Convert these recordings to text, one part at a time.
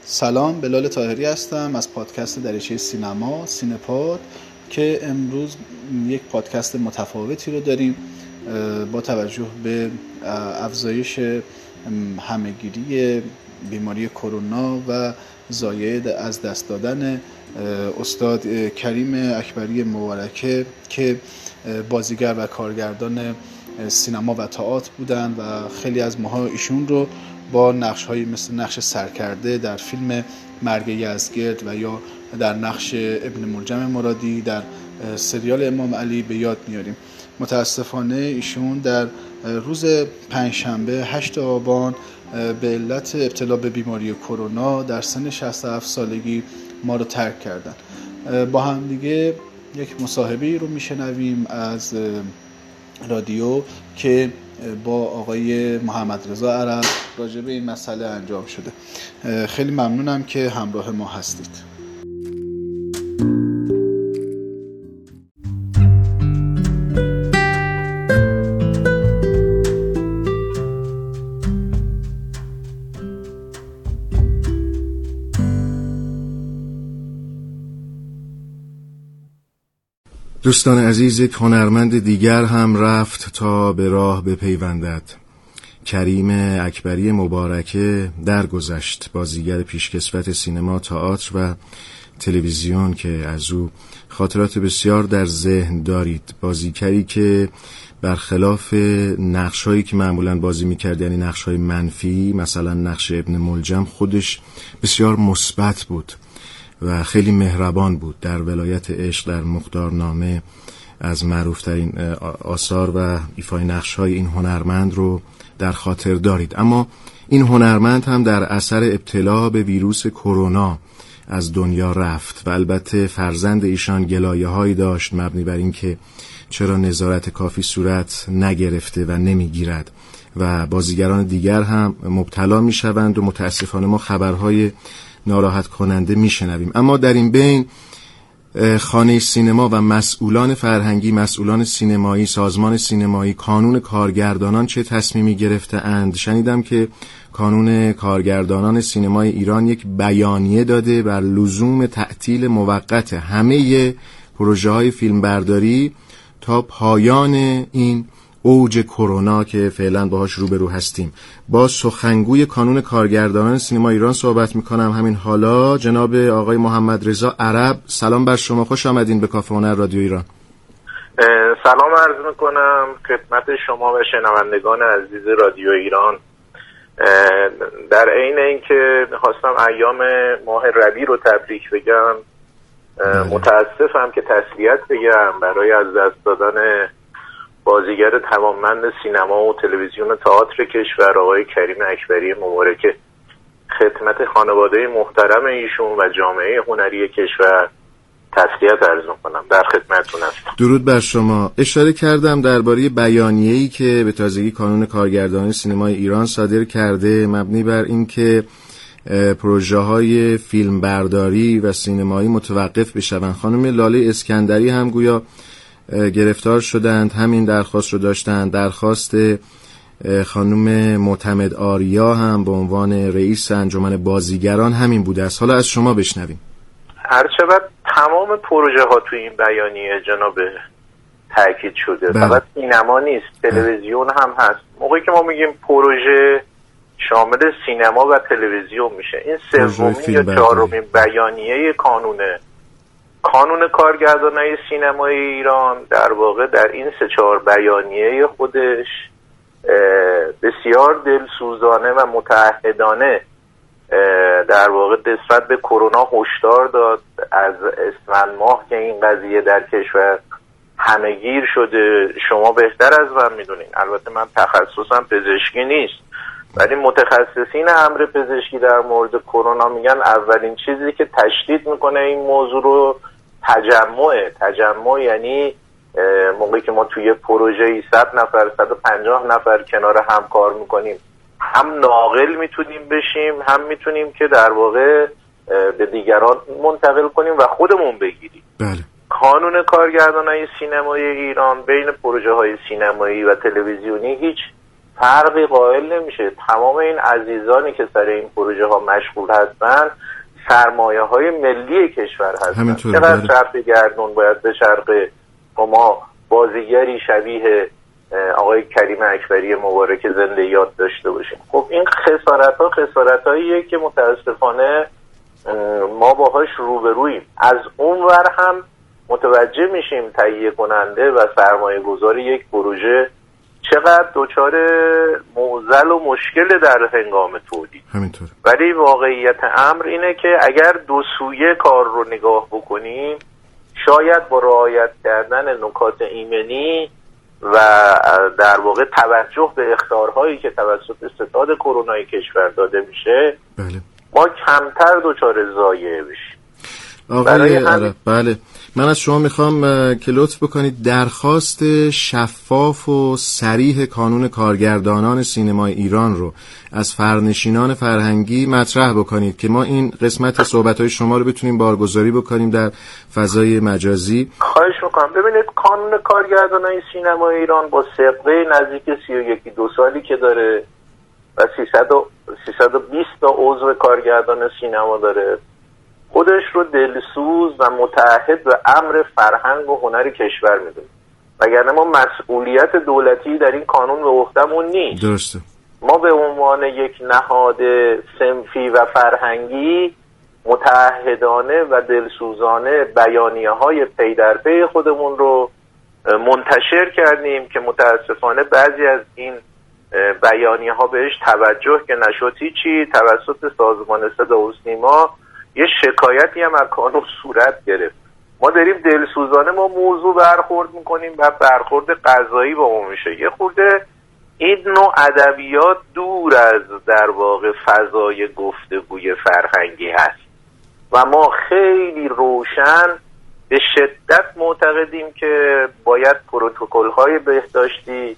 سلام، بلال طاهری هستم از پادکست دریچه سینما سینپاد که امروز یک پادکست متفاوتی رو داریم با توجه به افزایش همهگیری بیماری کرونا و ضایعه از دست دادن استاد کریم اکبری مبارکه که بازیگر و کارگردان سینما و تئاتر بودن و خیلی از ماها ایشون رو با نقش‌هایی مثل نقش سرکرده در فیلم مرگ یزدگرد و یا در نقش ابن ملجم مرادی در سریال امام علی به یاد میاریم. متاسفانه ایشون در روز پنجشنبه 8 آبان به علت ابتلا به بیماری کرونا در سن 67 سالگی ما رو ترک کردن. با هم دیگه یک مصاحبه رو میشنویم از رادیو که با آقای محمد رضا عرب راجع به این مسئله انجام شده. خیلی ممنونم که همراه ما هستید. دوستان عزیز، یک هنرمند دیگر هم رفت تا به راه بپیوندد. کریم اکبری مبارکه درگذشت، بازیگر پیشکسوت سینما، تئاتر و تلویزیون که از او خاطرات بسیار در ذهن دارید. بازیگری که برخلاف نقش‌هایی که معمولاً بازی می‌کرد، یعنی نقش‌های منفی، مثلا نقش ابن ملجم، خودش بسیار مثبت بود و خیلی مهربان بود. در ولایت عشق، در مختارنامه از معروفترین آثار و ایفای نقش‌های این هنرمند رو در خاطر دارید. اما این هنرمند هم در اثر ابتلا به ویروس کرونا از دنیا رفت و البته فرزند ایشان گلایه‌هایی داشت مبنی بر این که چرا نظارت کافی صورت نگرفته و نمیگیرد و بازیگران دیگر هم مبتلا میشوند و متاسفانه ما خبرهای ناراحت کننده میشنویم. اما در این بین خانه سینما و مسئولان فرهنگی، مسئولان سینمایی، سازمان سینمایی، کانون کارگردانان چه تصمیمی گرفته اند؟ شنیدم که کانون کارگردانان سینمای ایران یک بیانیه داده بر لزوم تعطیل موقت همه پروژه های فیلمبرداری تا پایان این اوج کرونا که فعلا باهاش روبرو هستیم. با سخنگوی کانون کارگردانان سینما ایران صحبت میکنم همین حالا، جناب آقای محمد رضا عرب. سلام بر شما، خوش آمدین به کافه هنر رادیو ایران. سلام عرض میکنم خدمت شما و شنوندگان عزیز رادیو ایران. در عین اینکه خواستم ایام ماه ربیع رو تبریک بگم، متاسفم که تسلیت بگم برای از دست دادن بازیگر توانمند سینما و تلویزیون تئاتر کشور آقای کریم اکبری مبارکه. خدمت خانواده محترم ایشون و جامعه هنری کشور تسلیت عرض می‌کنم. در خدمتتون هستم. درود بر شما. اشاره کردم درباره بیانیه‌ای که به تازگی کانون کارگردانی سینمای ایران صادر کرده مبنی بر اینکه پروژه‌های فیلمبرداری و سینمایی متوقف بشوند. خانم لاله اسکندری هم گویا گرفتار شدند، همین درخواست رو داشتند. درخواست خانم معتمد آریا هم به عنوان رئیس انجمن بازیگران همین بوده است. حالا از شما بشنویم. هرچند تمام پروژه ها توی این بیانیه جناب تاکید شده، فقط سینما نیست، تلویزیون هم هست. موقعی که ما میگیم پروژه شامل سینما و تلویزیون میشه. این سومین یا چهارمین بیانیه کانون کارگردانای سینمای ایران در واقع در این 3-4 بیانیه خودش بسیار دلسوزانه و متعهدانه در واقع نسبت به کرونا هشدار داد. از اسفند ماه که این قضیه در کشور همه‌گیر شده، شما بهتر از من میدونین، البته من تخصصم پزشکی نیست، ولی متخصصین امر پزشکی در مورد کرونا میگن اولین چیزی که تشدید میکنه این موضوع رو تجمع، یعنی موقعی که ما توی پروژه‌ای 100 نفر 150 نفر کنار هم کار میکنیم، هم ناقل میتونیم بشیم، هم میتونیم که در واقع به دیگران منتقل کنیم و خودمون بگیریم. بله. کانون کارگردانای سینمای ایران بین پروژه‌های سینمایی و تلویزیونی هیچ فرقی قائل نمیشه. تمام این عزیزانی که سر این پروژه ها مشغول هستن سرمایه های ملی کشور هستن. چقدر چرخ گردون باید به چرخ ما بازیگری شبیه آقای کریم اکبری مبارک زنده یاد داشته باشیم. خب این خسارت هاییه که متاسفانه ما باهاش روبرویم. از اون ور هم متوجه میشیم تهیه کننده و سرمایه گذار یک پروژه چقدر دچار معضل و مشکل در هنگام تولید. همینطور. ولی واقعیت امر اینه که اگر دو سویه کار رو نگاه بکنیم شاید با رعایت کردن نکات ایمنی و در واقع توجه به اخطارهایی که توسط ستاد کرونای کشور داده میشه ما کمتر دچار ضایعه بشیم. بله من از شما میخوام که لطف بکنید درخواست شفاف و صریح کانون کارگردانان سینمای ایران رو از فرنشینان فرهنگی مطرح بکنید که ما این قسمت صحبت‌های شما رو بتونیم بارگذاری بکنیم در فضای مجازی. خواهش میکنم. ببینید کانون کارگردانان سینمای ایران با سابقه نزدیک 31-2 سالی که داره و 320 تا عضو کارگردان سینما داره خودش رو دلسوز و متعهد به امر فرهنگ و هنر کشور میدونه. وگرنه ما مسئولیت دولتی در این قانون به عهده‌مون نیست. درسته. ما به عنوان یک نهاد صنفی و فرهنگی متعهدانه و دلسوزانه بیانیه‌های پی در پی خودمون رو منتشر کردیم که متاسفانه بعضی از این بیانیه‌ها بهش توجه که نشد هیچی توسط سازمان صدا و سیما یه شکایتی هم از قانون صورت گرفت. ما داریم دلسوزانه ما موضوع برخورد میکنیم و برخورد قضایی با ما میشه. یه خورده این نوع ادبیات دور از در واقع فضای گفتگوی فرهنگی هست و ما خیلی روشن به شدت معتقدیم که باید پروتکل‌های بهداشتی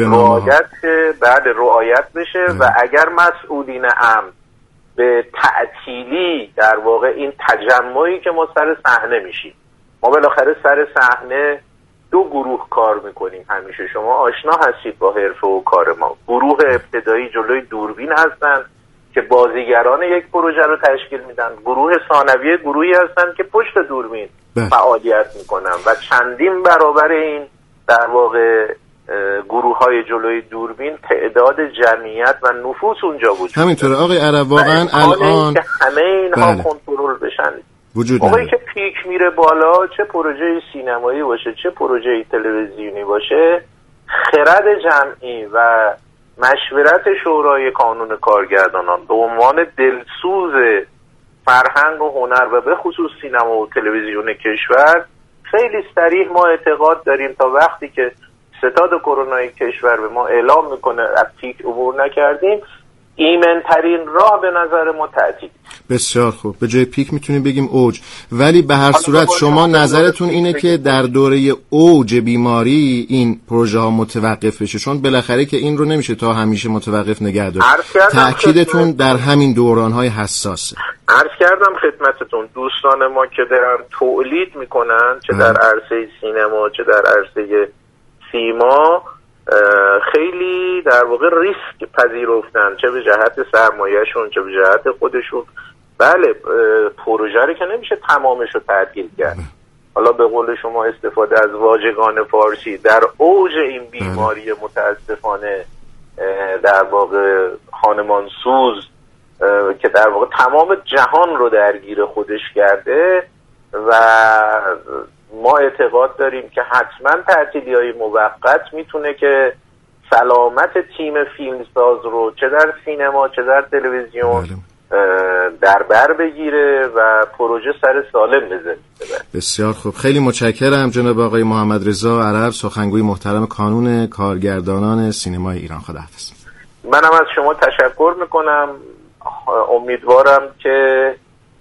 رعایت بشه و اگر مسئولین امن به تعطیلی در واقع این تجمعی که ما سر صحنه میشیم، ما بالاخره سر صحنه دو گروه کار میکنیم. همیشه شما آشنا هستید با حرفه و کار ما. گروه ابتدایی جلوی دوربین هستن که بازیگران یک پروژه رو تشکیل میدن. گروه ثانویه گروهی هستن که پشت دوربین فعالیت میکنن و چندین برابر این در واقع گروه‌های جلوی دوربین تعداد جمعیت و نفوس اونجا وجود داره. همینطوره آقای عرب واقعا الان که همه اینها کنترل بشن موقعی که پیک میره بالا، چه پروژه سینمایی باشه چه پروژه تلویزیونی باشه، خرد جمعی و مشورت شورای کانون کارگردانان به عنوان دلسوز فرهنگ و هنر و به خصوص سینما و تلویزیون کشور خیلی صریح ما اعتقاد داریم تا وقتی که ستاد کرونای کشور به ما اعلام میکنه از پیک عبور نکردیم، ایمن‌ترین راه به نظر ما تعطیل. بسیار خوب. به جای پیک میتونیم بگیم اوج. ولی به هر صورت شما نظرتون اینه که در دوره اوج بیماری این پروژه ها متوقف بشه، چون بالاخره که این رو نمیشه تا همیشه متوقف نگه داشت. تأکیدتون در همین دوران‌های حساسه. عرض کردم خدمتتون دوستان ما که دارن تولید میکنن چه در عرصه سینما چه در عرصه سیما خیلی در واقع ریسک پذیرفتن، چه به جهت سرمایه‌شون چه به جهت خودشون. بله پروژه رو که نمیشه تمامش رو تعطیل کرد. حالا به قول شما استفاده از واژگان فارسی در اوج این بیماری متاسفانه در واقع خانمانسوز که در واقع تمام جهان رو درگیر خودش کرده و ما اعتقاد داریم که حتما تعطیلی‌های موقت میتونه که سلامت تیم فیلمساز رو چه در سینما چه در تلویزیون در بر بگیره و پروژه سر سالم بزنه. بسیار خوب. خیلی متشکرم جناب آقای محمد رضا عرب، سخنگوی محترم کانون کارگردانان سینمای ایران. خداحافظ. منم از شما تشکر میکنم. امیدوارم که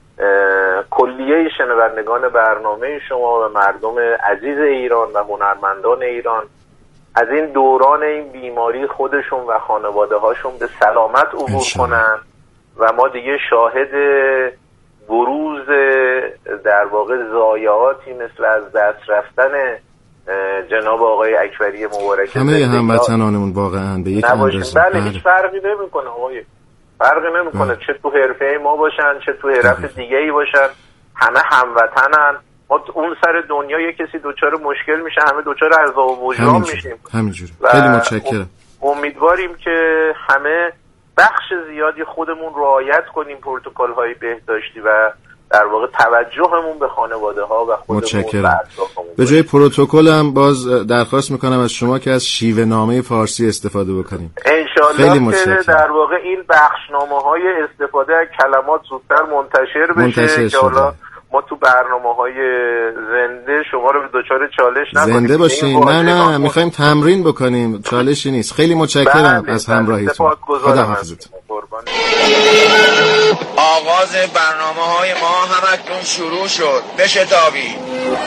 کلیه شنوندگان برنامه شما و مردم عزیز ایران و هنرمندان ایران از این دوران این بیماری خودشون و خانواده هاشون به سلامت عبور کنن و ما دیگه شاهد بروز در واقع ضایعاتی مثل از دست رفتن جناب آقای اکبری مبارک همه هموطنانمون واقعا به یک اندازه بله هیچ فرقی نمیکنه آقای، فرقی نمیکنه چه تو حرفه ما باشن چه تو حرف دیگه ای باشن، همه هموطنن. ما اون سر دنیا یه کسی دوچار مشکل میشه همه دوچار عذاب و وجدان میشیم. همینجوری. خیلی متشکرم. امیدواریم که همه بخش زیادی خودمون رعایت کنیم پروتکل‌های بهداشتی و در واقع توجهمون به خانواده ها و خودمون. متشکرم. به جای پروتکل هم باز درخواست میکنم از شما که از شیوه نامه فارسی استفاده بکنیم. انشالله که در واقع این بخشنامه های استفاده از کلمات زودتر منتشر بشه که حالا ما تو برنامه‌های زنده شما رو به دچار چالش نکنیم. زنده باشین. نه میخوایم تمرین بکنیم، چالشی نیست. خیلی متشکرم از همراهیتون. خدا حافظتون. آغاز برنامه‌های ما همکنون شروع شد. بشتابید.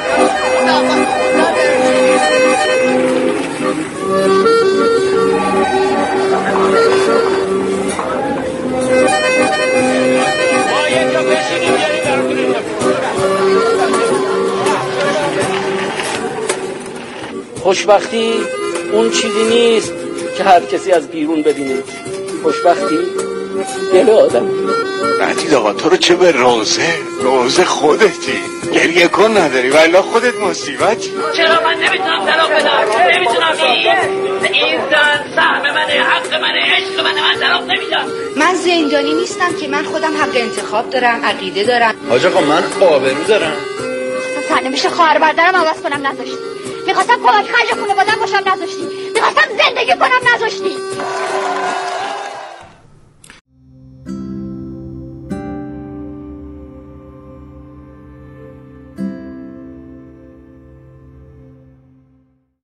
خوشبختی اون چیزی نیست که هر کسی از بیرون ببینه. خوشبختی دل آدم. مجید آقا تو رو چه به روزه خودتی گریه کن نداری ولی خودت مصیبتی. چرا من نمیتونم طلاق بدم؟ نمیتونم این زن سهم منه، حق منه، عشق منه، من طلاق نمیدم. من زندانی نیستم که من خودم حق انتخاب دارم، عقیده دارم. حاج آقا من آبرو دارم. سرنوشت خواهر برادرم عوض کنم نذاشتی. میخواستم کمک خرج خانواده‌ام باشم نذاشتی. میخواستم زندگی کنم نذاشتی.